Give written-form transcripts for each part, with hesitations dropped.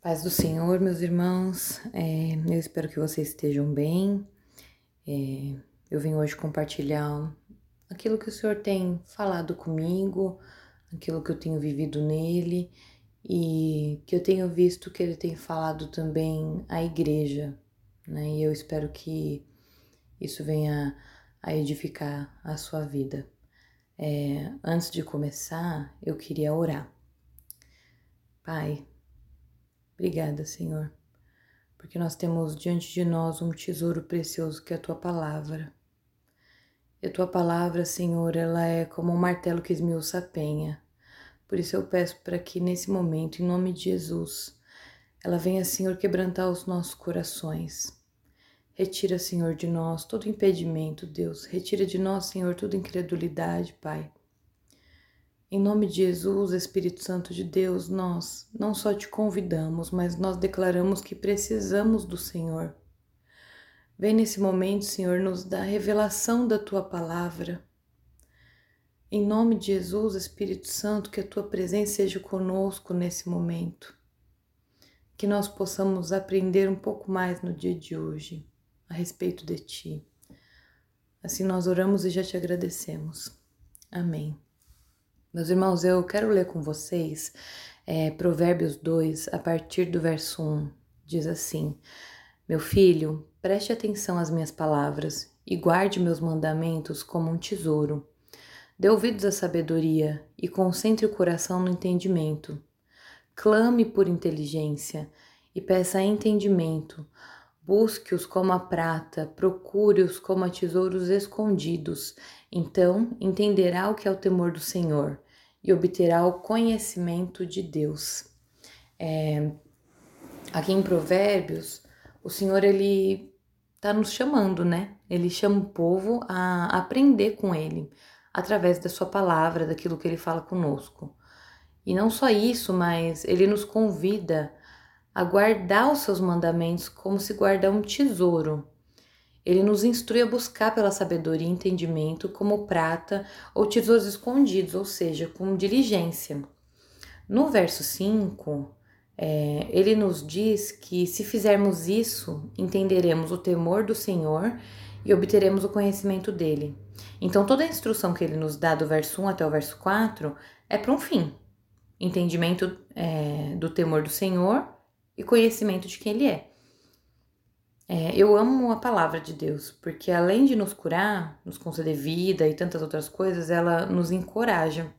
Paz do Senhor, meus irmãos, eu espero que vocês estejam bem. Eu vim hoje compartilhar aquilo que o Senhor tem falado comigo, aquilo que eu tenho vivido nele e que eu tenho visto que ele tem falado também à igreja, né? E eu espero que isso venha a edificar a sua vida. Antes de começar, eu queria orar. Pai, obrigada, Senhor, porque nós temos diante de nós um tesouro precioso que é a Tua Palavra. E a Tua Palavra, Senhor, ela é como um martelo que esmiuça a penha. Por isso eu peço para que nesse momento, em nome de Jesus, ela venha, Senhor, quebrantar os nossos corações. Retira, Senhor, de nós todo impedimento, Deus. Retira de nós, Senhor, toda incredulidade, Pai. Em nome de Jesus, Espírito Santo de Deus, nós não só te convidamos, mas nós declaramos que precisamos do Senhor. Vem nesse momento, Senhor, nos dar a revelação da Tua Palavra. Em nome de Jesus, Espírito Santo, que a Tua presença seja conosco nesse momento. Que nós possamos aprender um pouco mais no dia de hoje a respeito de Ti. Assim nós oramos e já te agradecemos. Amém. Meus irmãos, eu quero ler com vocês Provérbios 2, a partir do verso 1. Diz assim: Meu filho, preste atenção às minhas palavras e guarde meus mandamentos como um tesouro. Dê ouvidos à sabedoria e concentre o coração no entendimento. Clame por inteligência e peça entendimento. Busque-os como a prata, procure-os como a tesouros escondidos. Então entenderá o que é o temor do Senhor e obterá o conhecimento de Deus. Aqui em Provérbios, o Senhor, ele está nos chamando, né? Ele chama o povo a aprender com ele, através da sua palavra, daquilo que ele fala conosco. E não só isso, mas ele nos convida a guardar os seus mandamentos como se guardar um tesouro. Ele nos instrui a buscar pela sabedoria e entendimento como prata ou tesouros escondidos, ou seja, com diligência. No verso 5, ele nos diz que se fizermos isso, entenderemos o temor do Senhor e obteremos o conhecimento dele. Então toda a instrução que ele nos dá do verso 1 até o verso 4 é para um fim. Entendimento do temor do Senhor e conhecimento de quem ele é. Eu amo a palavra de Deus, porque além de nos curar, nos conceder vida e tantas outras coisas, ela nos encoraja.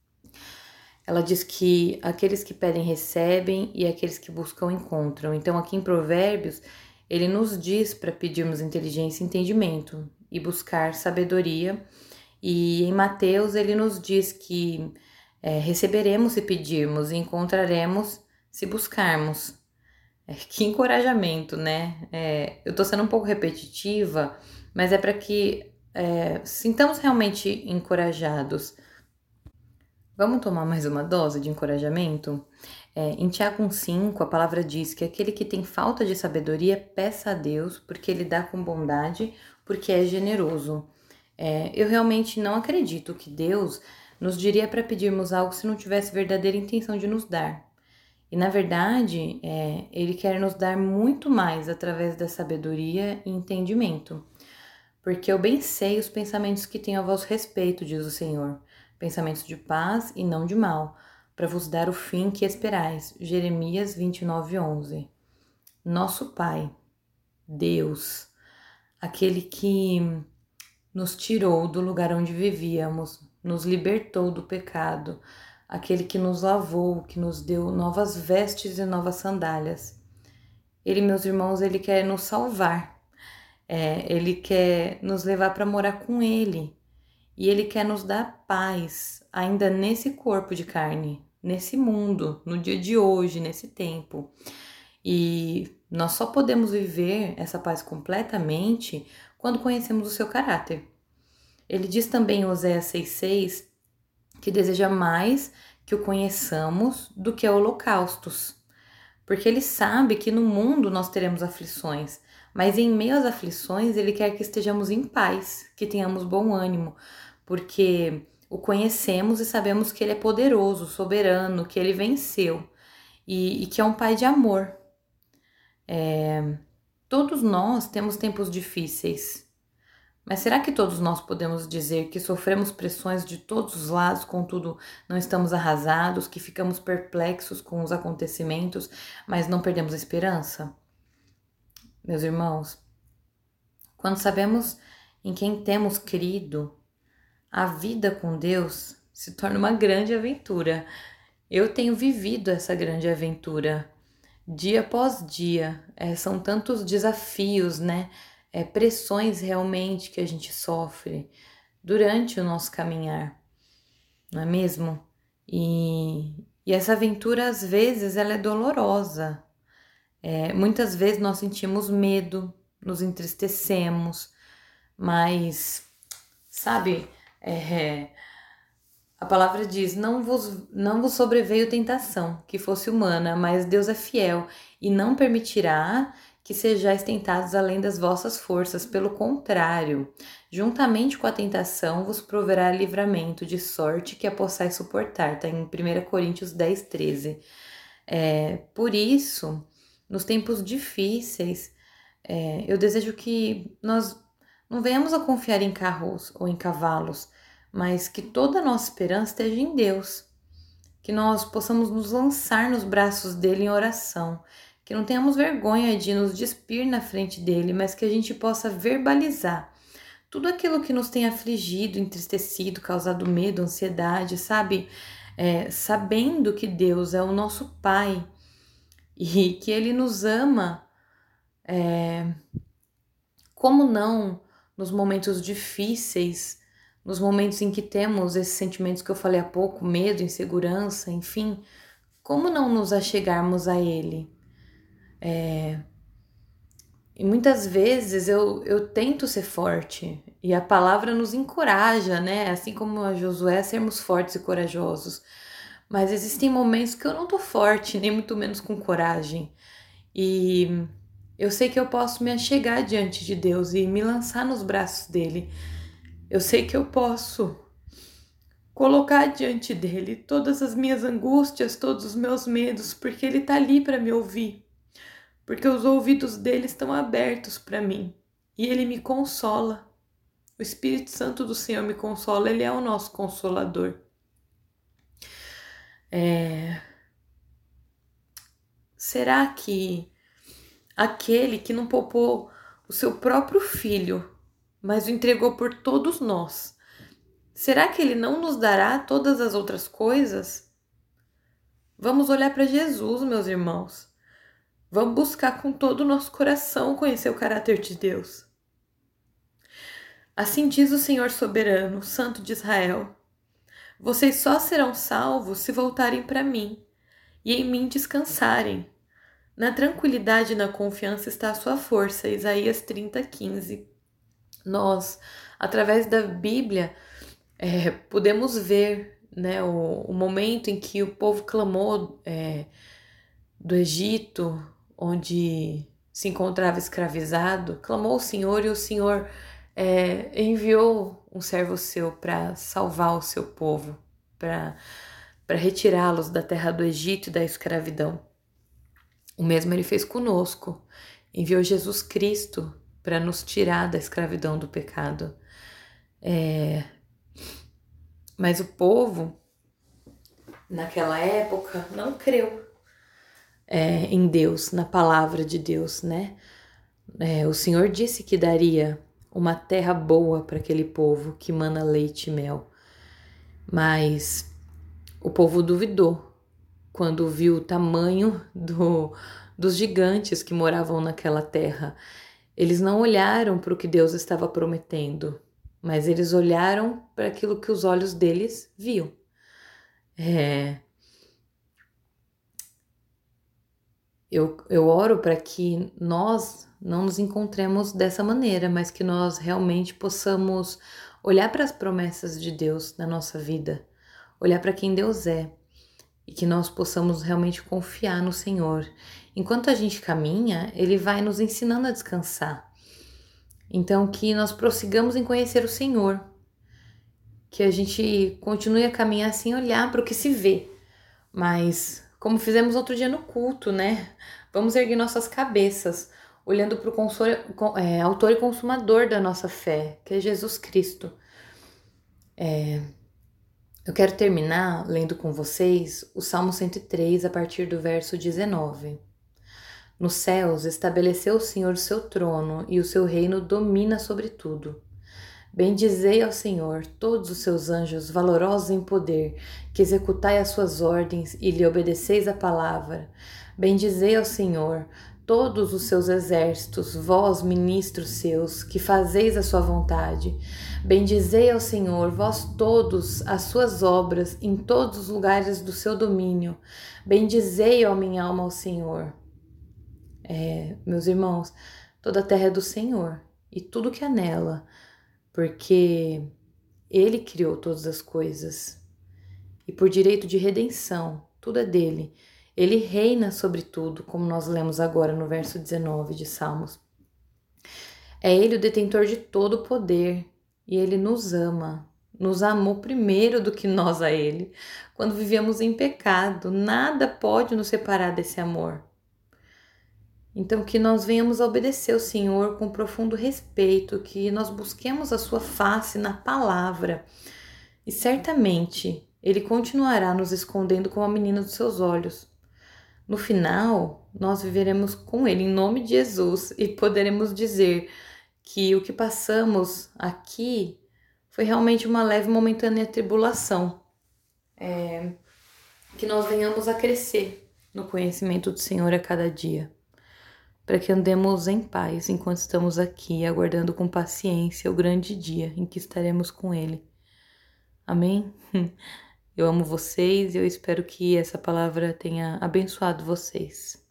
Ela diz que aqueles que pedem recebem e aqueles que buscam encontram. Então aqui em Provérbios, ele nos diz para pedirmos inteligência e entendimento e buscar sabedoria. E em Mateus ele nos diz que receberemos se pedirmos e encontraremos se buscarmos. Que encorajamento, né? Eu tô sendo um pouco repetitiva, mas é para que sintamos realmente encorajados. Vamos tomar mais uma dose de encorajamento? Em Tiago 1,5, a palavra diz que aquele que tem falta de sabedoria, peça a Deus, porque ele dá com bondade, porque é generoso. Eu realmente não acredito que Deus nos diria para pedirmos algo se não tivesse verdadeira intenção de nos dar. E na verdade, ele quer nos dar muito mais através da sabedoria e entendimento. Porque eu bem sei os pensamentos que tenho a vosso respeito, diz o Senhor, pensamentos de paz e não de mal, para vos dar o fim que esperais. Jeremias 29:11. Nosso Pai, Deus, aquele que nos tirou do lugar onde vivíamos, nos libertou do pecado, aquele que nos lavou, que nos deu novas vestes e novas sandálias. Ele, meus irmãos, ele quer nos salvar. Ele quer nos levar para morar com ele. E ele quer nos dar paz, ainda nesse corpo de carne, nesse mundo, no dia de hoje, nesse tempo. E nós só podemos viver essa paz completamente quando conhecemos o seu caráter. Ele diz também em Oséias 6,6 que deseja mais que o conheçamos do que holocaustos. Porque ele sabe que no mundo nós teremos aflições, mas em meio às aflições ele quer que estejamos em paz, que tenhamos bom ânimo, porque o conhecemos e sabemos que ele é poderoso, soberano, que ele venceu. e que é um pai de amor. Todos nós temos tempos difíceis, mas será que todos nós podemos dizer que sofremos pressões de todos os lados, contudo não estamos arrasados, que ficamos perplexos com os acontecimentos, mas não perdemos a esperança? Meus irmãos, quando sabemos em quem temos crido, a vida com Deus se torna uma grande aventura. Eu tenho vivido essa grande aventura dia após dia. São tantos desafios, né? Pressões realmente que a gente sofre durante o nosso caminhar, não é mesmo? E essa aventura, às vezes, ela é dolorosa. Muitas vezes nós sentimos medo, nos entristecemos, mas, sabe, a palavra diz, não vos sobreveio tentação, que fosse humana, mas Deus é fiel e não permitirá que sejais tentados além das vossas forças. Pelo contrário, juntamente com a tentação vos proverá livramento, de sorte que a possais suportar. Está em 1 Coríntios 10, 13. Por isso, nos tempos difíceis, eu desejo que nós não venhamos a confiar em carros ou em cavalos, mas que toda a nossa esperança esteja em Deus, que nós possamos nos lançar nos braços dele em oração, que não tenhamos vergonha de nos despir na frente dele, mas que a gente possa verbalizar tudo aquilo que nos tem afligido, entristecido, causado medo, ansiedade, sabe? Sabendo que Deus é o nosso Pai e que Ele nos ama, como não nos momentos difíceis, nos momentos em que temos esses sentimentos que eu falei há pouco, medo, insegurança, enfim, como não nos achegarmos a Ele? E muitas vezes eu tento ser forte e a palavra nos encoraja, né? Assim como a Josué, a sermos fortes e corajosos. Mas existem momentos que eu não tô forte, nem muito menos com coragem. E eu sei que eu posso me achegar diante de Deus e me lançar nos braços dele. Eu sei que eu posso colocar diante dele todas as minhas angústias, todos os meus medos, porque ele tá ali para me ouvir. Porque os ouvidos dele estão abertos para mim e ele me consola. O Espírito Santo do Senhor me consola, ele é o nosso consolador. Será que aquele que não poupou o seu próprio filho, mas o entregou por todos nós, será que ele não nos dará todas as outras coisas? Vamos olhar para Jesus, meus irmãos. Vamos buscar com todo o nosso coração conhecer o caráter de Deus. Assim diz o Senhor soberano, Santo de Israel: vocês só serão salvos se voltarem para mim e em mim descansarem. Na tranquilidade e na confiança está a sua força. Isaías 30:15. Nós, através da Bíblia, podemos ver, né, o momento em que o povo clamou do Egito, onde se encontrava escravizado, clamou ao Senhor e o Senhor enviou um servo seu para salvar o seu povo, para retirá-los da terra do Egito e da escravidão. O mesmo ele fez conosco, enviou Jesus Cristo para nos tirar da escravidão do pecado. Mas o povo, naquela época, não creu em Deus, na palavra de Deus, né? O Senhor disse que daria uma terra boa para aquele povo que mana leite e mel. Mas o povo duvidou quando viu o tamanho dos gigantes que moravam naquela terra. Eles não olharam para o que Deus estava prometendo, mas eles olharam para aquilo que os olhos deles viam. Eu oro para que nós não nos encontremos dessa maneira, mas que nós realmente possamos olhar para as promessas de Deus na nossa vida, olhar para quem Deus é e que nós possamos realmente confiar no Senhor. Enquanto a gente caminha, Ele vai nos ensinando a descansar. Então, que nós prossigamos em conhecer o Senhor, que a gente continue a caminhar sem olhar para o que se vê, mas Como fizemos outro dia no culto, né? Vamos erguer nossas cabeças, olhando para o autor e consumador da nossa fé, que é Jesus Cristo. Eu quero terminar lendo com vocês o Salmo 103, a partir do verso 19. Nos céus estabeleceu o Senhor o seu trono, e o seu reino domina sobre tudo. Bendizei ao Senhor todos os seus anjos valorosos em poder, que executai as suas ordens e lhe obedeceis a palavra. Bendizei ao Senhor todos os seus exércitos, vós, ministros seus, que fazeis a sua vontade. Bendizei ao Senhor, vós todos, as suas obras em todos os lugares do seu domínio. Bendizei, ó minha alma, ao Senhor. Meus irmãos, toda a terra é do Senhor e tudo que há nela, porque Ele criou todas as coisas. E por direito de redenção, tudo é dele. Ele reina sobre tudo, como nós lemos agora no verso 19 de Salmos. É Ele o detentor de todo o poder e Ele nos ama. Nos amou primeiro do que nós a Ele. Quando vivíamos em pecado, nada pode nos separar desse amor. Então, que nós venhamos a obedecer ao Senhor com profundo respeito, que nós busquemos a sua face na palavra. E certamente Ele continuará nos escondendo como a menina dos seus olhos. No final, nós viveremos com Ele em nome de Jesus e poderemos dizer que o que passamos aqui foi realmente uma leve e momentânea tribulação. Que nós venhamos a crescer no conhecimento do Senhor a cada dia, para que andemos em paz enquanto estamos aqui, aguardando com paciência o grande dia em que estaremos com Ele. Amém? Eu amo vocês e eu espero que essa palavra tenha abençoado vocês.